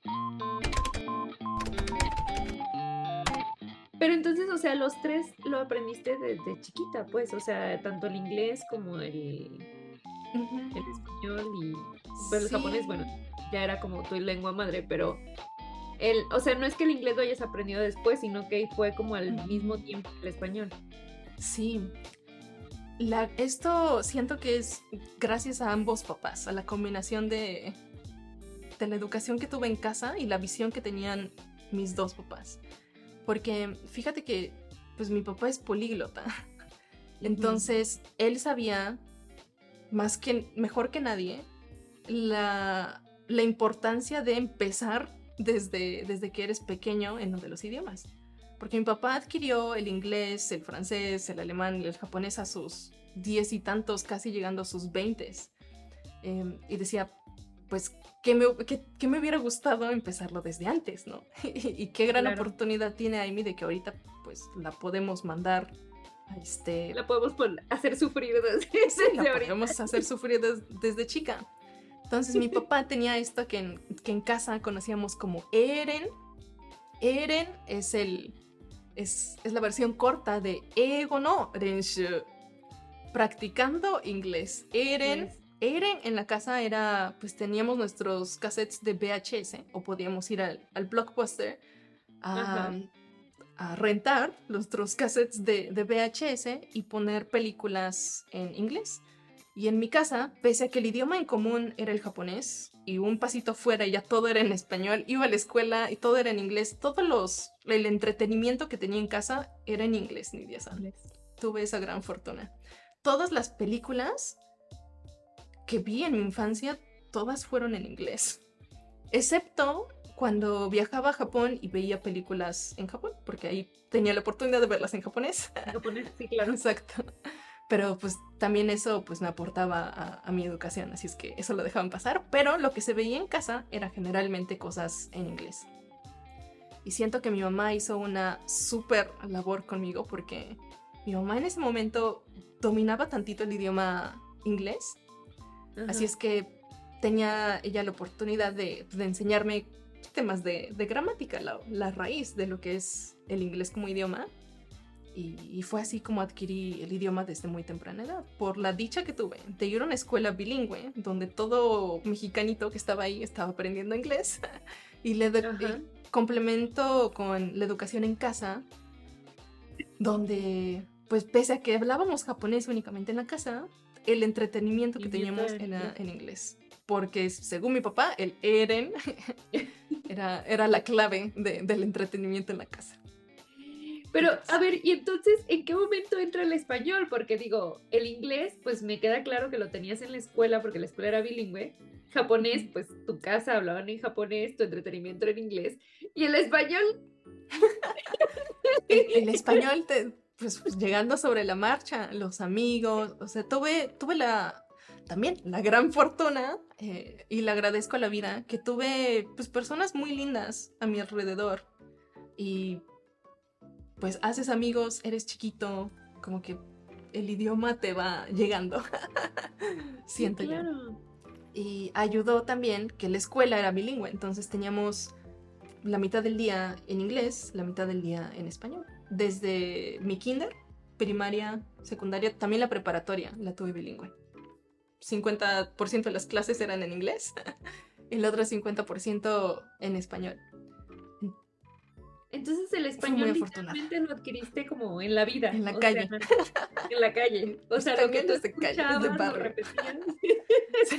Pero entonces, o sea, los tres lo aprendiste desde chiquita, pues, o sea, tanto el inglés como el Ujú. español y, bueno, el japonés, bueno, Sí, ya era como tu lengua madre, pero o sea, no es que el inglés lo hayas aprendido después, sino que fue como al mismo ujú. tiempo que el español. Sí. Esto siento que es gracias a ambos papás, a la combinación de la educación que tuve en casa y la visión que tenían mis dos papás. Porque fíjate que pues mi papá es políglota. Ujú. Entonces él sabía mejor que nadie la importancia de empezar desde que eres pequeño en uno de los idiomas. Porque mi papá adquirió el inglés, el francés, el alemán y el japonés a sus 10 y tantos, casi llegando a sus 20. Y decía, pues, que me hubiera gustado empezarlo desde antes, ¿no? Y qué gran Claro. oportunidad tiene Amy de que ahorita, pues, la podemos mandar La podemos hacer sufrir desde, sí, desde la ahorita. podemos hacer sufrir desde chica. Entonces mi papá tenía esto que en casa conocíamos como Eren. Eren es la versión corta de Ego no Renshu, practicando inglés. Inglés. Eren en la casa era, pues teníamos nuestros cassettes de VHS o podíamos ir al Blockbuster a, Ajá. a rentar nuestros cassettes de VHS y poner películas en inglés. Y en mi casa, pese a que el idioma en común era el japonés y un pasito fuera y ya todo era en español, iba a la escuela y todo era en inglés, el entretenimiento que tenía en casa era en inglés, Nidia-san. Inglés. Tuve esa gran fortuna. Todas las películas que vi en mi infancia, todas fueron en inglés, excepto cuando viajaba a Japón y veía películas en Japón, porque ahí tenía la oportunidad de verlas en japonés. En japonés, sí, claro. Exacto. Pero pues también eso pues me aportaba a mi educación, así es que eso lo dejaban pasar, pero lo que se veía en casa era generalmente cosas en inglés. Y siento que mi mamá hizo una súper labor conmigo porque mi mamá en ese momento dominaba tantito el idioma inglés, así Ajá. es que tenía ella la oportunidad de enseñarme temas de gramática, la raíz de lo que es el inglés como idioma. Y fue así como adquirí el idioma desde muy temprana edad, por la dicha que tuve de ir a una escuela bilingüe, donde todo mexicanito que estaba ahí estaba aprendiendo inglés, y Ajá. complemento con la educación en casa, donde, pues pese a que hablábamos japonés únicamente en la casa, el entretenimiento que Y viendo teníamos en era inglés. en inglés. Porque según mi papá, el Eren era la clave del entretenimiento en la casa. ¿Tú Pero, qué a crees? ver, y entonces, ¿en qué momento entra el español? Porque digo, el inglés, pues me queda claro que lo tenías en la escuela porque la escuela era bilingüe. Japonés, pues tu casa hablaban en japonés, tu entretenimiento era en inglés. Y el español, El español, pues llegando sobre la marcha, los amigos, o sea, tuve también la gran fortuna, y le agradezco a la vida, que tuve pues personas muy lindas a mi alrededor y pues haces amigos, eres chiquito, como que el idioma te va llegando, sí, siento yo. claro. Y ayudó también que la escuela era bilingüe, entonces teníamos la mitad del día en inglés, la mitad del día en español. Desde mi kinder, primaria, secundaria, también la preparatoria la tuve bilingüe. 50% de las clases eran en inglés, el otro 50% en español. Entonces el Fui muy español afortunada. literalmente lo adquiriste como en la vida, En la o sea, calle. en la calle. O sea, lo que tú Español es de calle, es de escuchabas, lo barrio. repetías. Sí,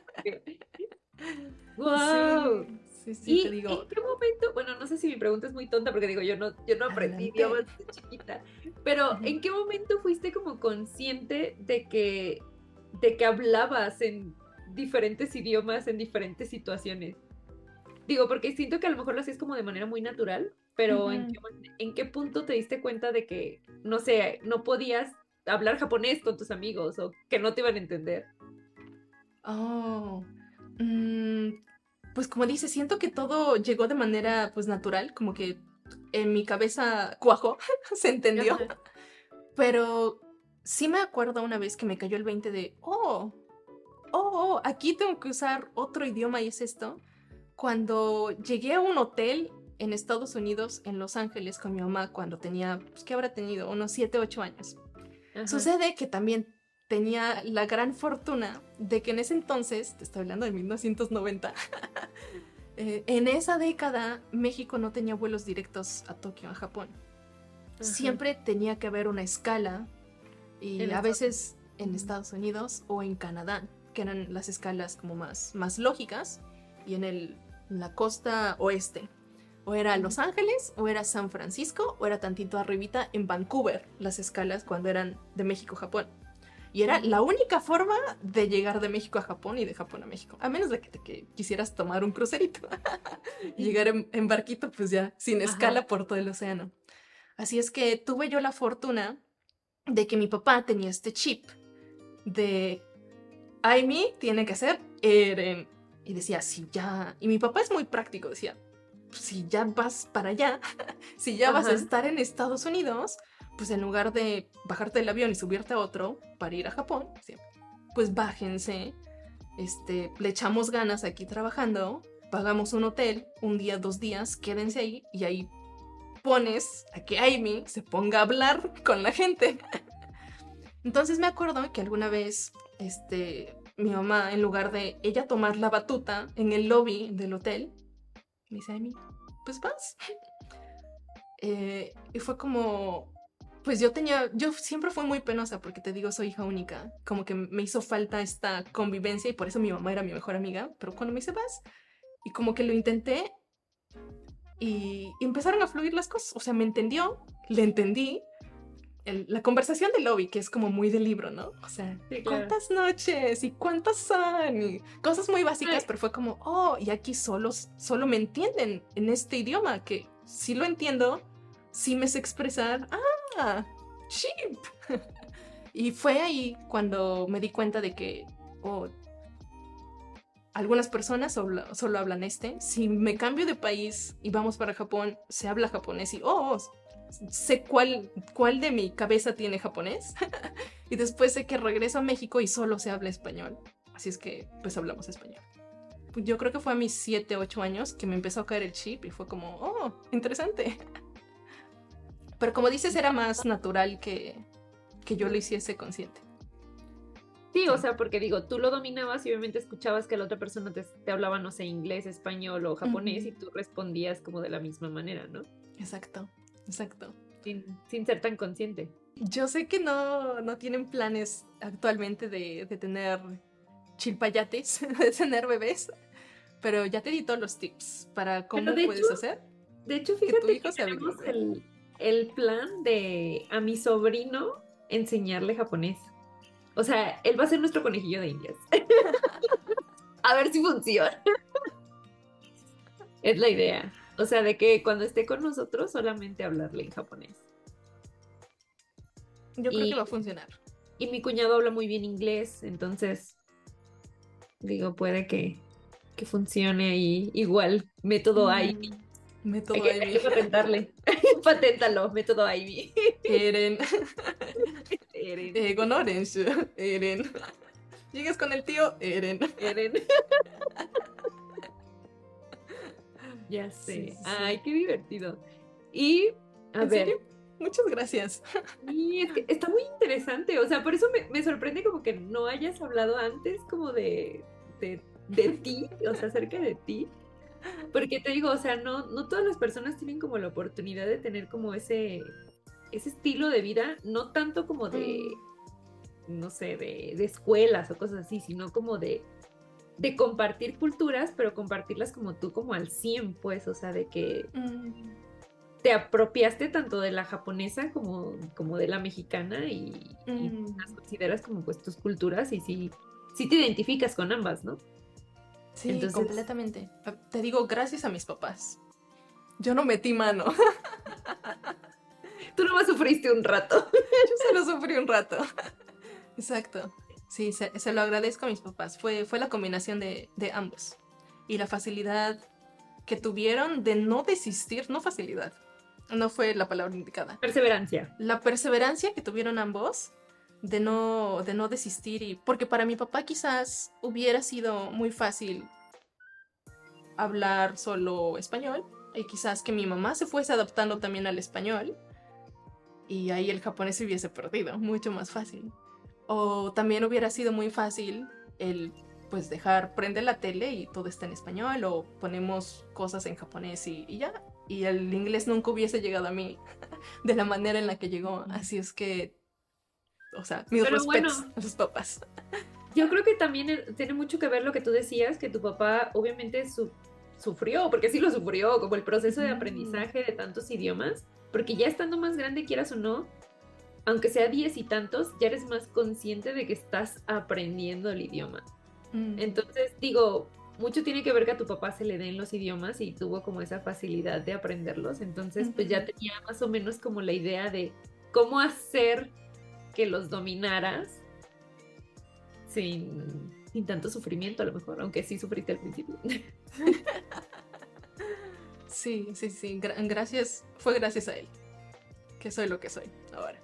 ¡Wow! sí, sí, sí, te ¿Y digo, en qué momento? Bueno, no sé si mi pregunta es muy tonta porque digo, yo no aprendí idiomas adelante. desde chiquita, pero ¿en qué momento fuiste como consciente de que hablabas en diferentes idiomas, en diferentes situaciones? Digo, porque siento que a lo mejor lo hacías como de manera muy natural, pero ¿en qué punto te diste cuenta de que, no sé, no podías hablar japonés con tus amigos o que no te iban a entender? Oh, mm, pues como dices, siento que todo llegó de manera pues natural, como que en mi cabeza cuajó, se entendió, Ajá. pero sí me acuerdo una vez que me cayó el 20 de, aquí tengo que usar otro idioma y es esto, cuando llegué a un hotel en Estados Unidos, en Los Ángeles, con mi mamá, cuando tenía, pues, ¿qué habrá tenido? Unos 7, 8 años. Ajá. Sucede que también tenía la gran fortuna de que en ese entonces, te estoy hablando de 1990, en esa década México no tenía vuelos directos a Tokio, a Japón. Ajá. Siempre tenía que haber una escala, y En a Estados veces en Estados Unidos o en Canadá, que eran las escalas como más lógicas, y en la costa oeste. O era Los Ángeles, o era San Francisco, o era tantito arribita en Vancouver, las escalas cuando eran de México a Japón. Y era la única forma de llegar de México a Japón y de Japón a México. A menos de que quisieras tomar un crucerito. Y llegar en barquito, pues ya, sin escala. Ajá. Por todo el océano. Así es que tuve yo la fortuna de que mi papá tenía este chip de Aimi tiene que ser Eren. Y decía, si ya... Y mi papá es muy práctico, decía, si ya vas para allá, si ya vas a Ajá. estar en Estados Unidos, pues en lugar de bajarte del avión y subirte a otro para ir a Japón, pues bájense, le echamos ganas aquí trabajando, pagamos un hotel, un día, 2 días, quédense ahí y ahí pones a que Amy se ponga a hablar con la gente. Entonces me acuerdo que alguna vez, mi mamá, en lugar de ella tomar la batuta en el lobby del hotel, me dice, Amy, pues vas. Y fue como, pues yo siempre fui muy penosa porque te digo, soy hija única, como que me hizo falta esta convivencia y por eso mi mamá era mi mejor amiga, pero cuando me dice vas, y como que lo intenté y empezaron a fluir las cosas, o sea, me entendió, le entendí, la conversación del lobby, que es como muy de libro, ¿no? O sea, Sí, claro. ¿cuántas noches? ¿Y cuántas son? Y cosas muy básicas, Ay. pero fue como, oh, y aquí solo me entienden en este idioma, que sí lo entiendo, sí me sé expresar. ¡Ah! ¡Chip! Y fue ahí cuando me di cuenta de que, oh, algunas personas solo hablan Si me cambio de país y vamos para Japón, se habla japonés y, oh, sé cuál de mi cabeza tiene japonés. Y después sé que regreso a México y solo se habla español. Así es que, pues hablamos español. Yo creo que fue a mis 7, 8 años que me empezó a caer el chip y fue como, oh, interesante. Pero como dices, era más natural que yo lo hiciese consciente. Sí, o Sí. sea, porque digo, tú lo dominabas y obviamente escuchabas que la otra persona te hablaba, no sé, inglés, español o japonés y tú respondías como de la misma manera, ¿no? Exacto, exacto. Sin ser tan consciente. Yo sé que no tienen planes actualmente de tener chilpayates, de tener bebés, pero ya te di todos los tips para Pero cómo puedes hacer de hecho, que tu fíjate hijo que sea tenemos bilingüe. el plan de a mi sobrino enseñarle japonés. O sea, él va a ser nuestro conejillo de indias. A ver si funciona. Es la idea. O sea, de que cuando esté con nosotros solamente hablarle en japonés. Yo creo que va a Y, funcionar. y mi cuñado habla muy bien inglés, entonces digo, puede que funcione ahí. Igual, método Ivy. Método Hay Ivy. que patentarle. Paténtalo, método Ivy. Eren. Eren. Gonorenshu. Eren. Llegas con el tío Eren. Eren. Ya Sí, sé. sí, Ay, sí. qué divertido. Y, a ¿En ver, serio? Muchas gracias. y es que está muy interesante. O sea, por eso me sorprende como que no hayas hablado antes como de ti, o sea, acerca de ti. Porque te digo, o sea, no todas las personas tienen como la oportunidad de tener como ese estilo de vida, no tanto como de, no sé, de escuelas o cosas así, sino como de compartir culturas, pero compartirlas como tú, como al 100 pues, o sea, de que te apropiaste tanto de la japonesa como de la mexicana y las consideras como pues tus culturas y sí te identificas con ambas, ¿no? Sí, Entonces, completamente. Te digo, gracias a mis papás. Yo no metí mano. tú nomás sufriste un rato. Yo solo sufrí un rato. Exacto. Sí, se lo agradezco a mis papás. Fue la combinación de ambos. Y la facilidad que tuvieron de no desistir, no facilidad, no fue la palabra indicada. Perseverancia. La perseverancia que tuvieron ambos de no desistir. Porque para mi papá quizás hubiera sido muy fácil hablar solo español y quizás que mi mamá se fuese adaptando también al español y ahí el japonés se hubiese perdido, mucho más fácil. O también hubiera sido muy fácil el pues prender la tele y todo está en español o ponemos cosas en japonés y ya. Y el inglés nunca hubiese llegado a mí de la manera en la que llegó. Así es que, o sea, mis Pero respetos bueno, a sus papás. yo creo que también tiene mucho que ver lo que tú decías, que tu papá obviamente sufrió, porque sí lo sufrió, como el proceso de aprendizaje de tantos idiomas, porque ya estando más grande, quieras o no, aunque sea 10 y tantos, ya eres más consciente de que estás aprendiendo el idioma. Entonces, digo, mucho tiene que ver que a tu papá se le den los idiomas y tuvo como esa facilidad de aprenderlos. Entonces, pues ya tenía más o menos como la idea de cómo hacer que los dominaras sin tanto sufrimiento, a lo mejor, aunque sí sufriste al principio. Sí, sí, sí. Gracias, fue gracias a él que soy lo que soy ahora.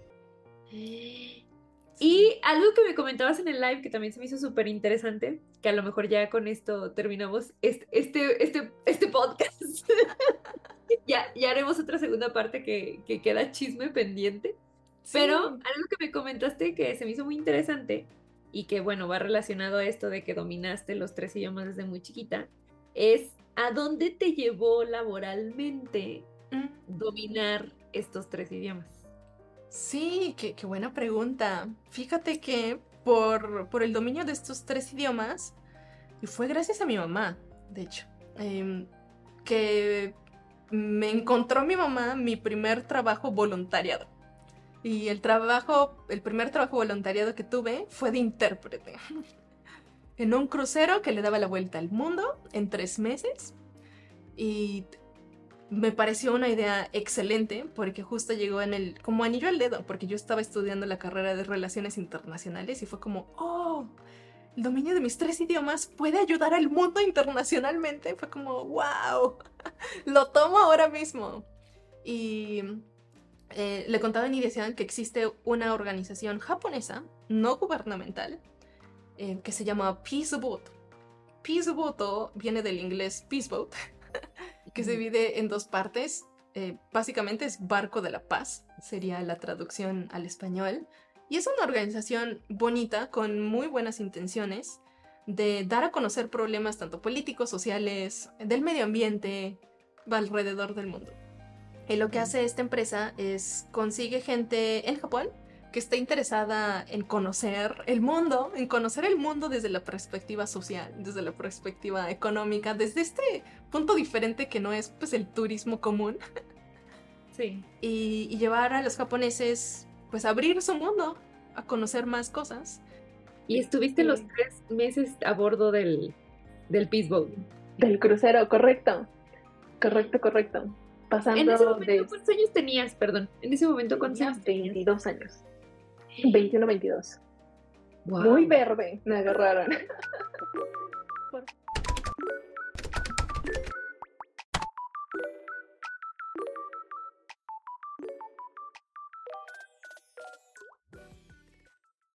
Y algo que me comentabas en el live que también se me hizo súper interesante, que a lo mejor ya con esto terminamos este podcast. Ya haremos otra segunda parte que queda chisme pendiente. Sí. Pero algo que me comentaste que se me hizo muy interesante y que, bueno, va relacionado a esto de que dominaste los 3 idiomas desde muy chiquita, es ¿a dónde te llevó laboralmente dominar estos 3 idiomas? Sí, qué buena pregunta. Fíjate que por el dominio de estos 3 idiomas, y fue gracias a mi mamá, de hecho, que me encontró mi mamá mi primer trabajo voluntariado. Y el primer trabajo voluntariado que tuve fue de intérprete. En un crucero que le daba la vuelta al mundo en 3 meses. Y me pareció una idea excelente porque justo llegó como anillo al dedo, porque yo estaba estudiando la carrera de Relaciones Internacionales y fue como, oh, el dominio de mis 3 idiomas puede ayudar al mundo internacionalmente. Fue como, wow, lo tomo ahora mismo. Y le contaban y decían que existe una organización japonesa, no gubernamental, que se llama Peace Boat. Peace Boat viene del inglés Peace Boat, que se divide en 2 partes. Básicamente es Barco de la Paz, sería la traducción al español. Y es una organización bonita, con muy buenas intenciones, de dar a conocer problemas tanto políticos, sociales, del medio ambiente, alrededor del mundo. Y lo que hace esta empresa es consigue gente en Japón que esté interesada en conocer el mundo desde la perspectiva social, desde la perspectiva económica, desde este punto diferente que no es pues el turismo común. Sí. Y llevar a los japoneses pues a abrir su mundo, a conocer más cosas. Y estuviste los 3 meses a bordo del Peace Boat. Del crucero, correcto. Correcto. Pasando en ese momento, ¿cuántos años tenías? Perdón. En ese momento, ¿cuántos años tenías? 22 años. 21, 22. Wow. Muy verde me agarraron.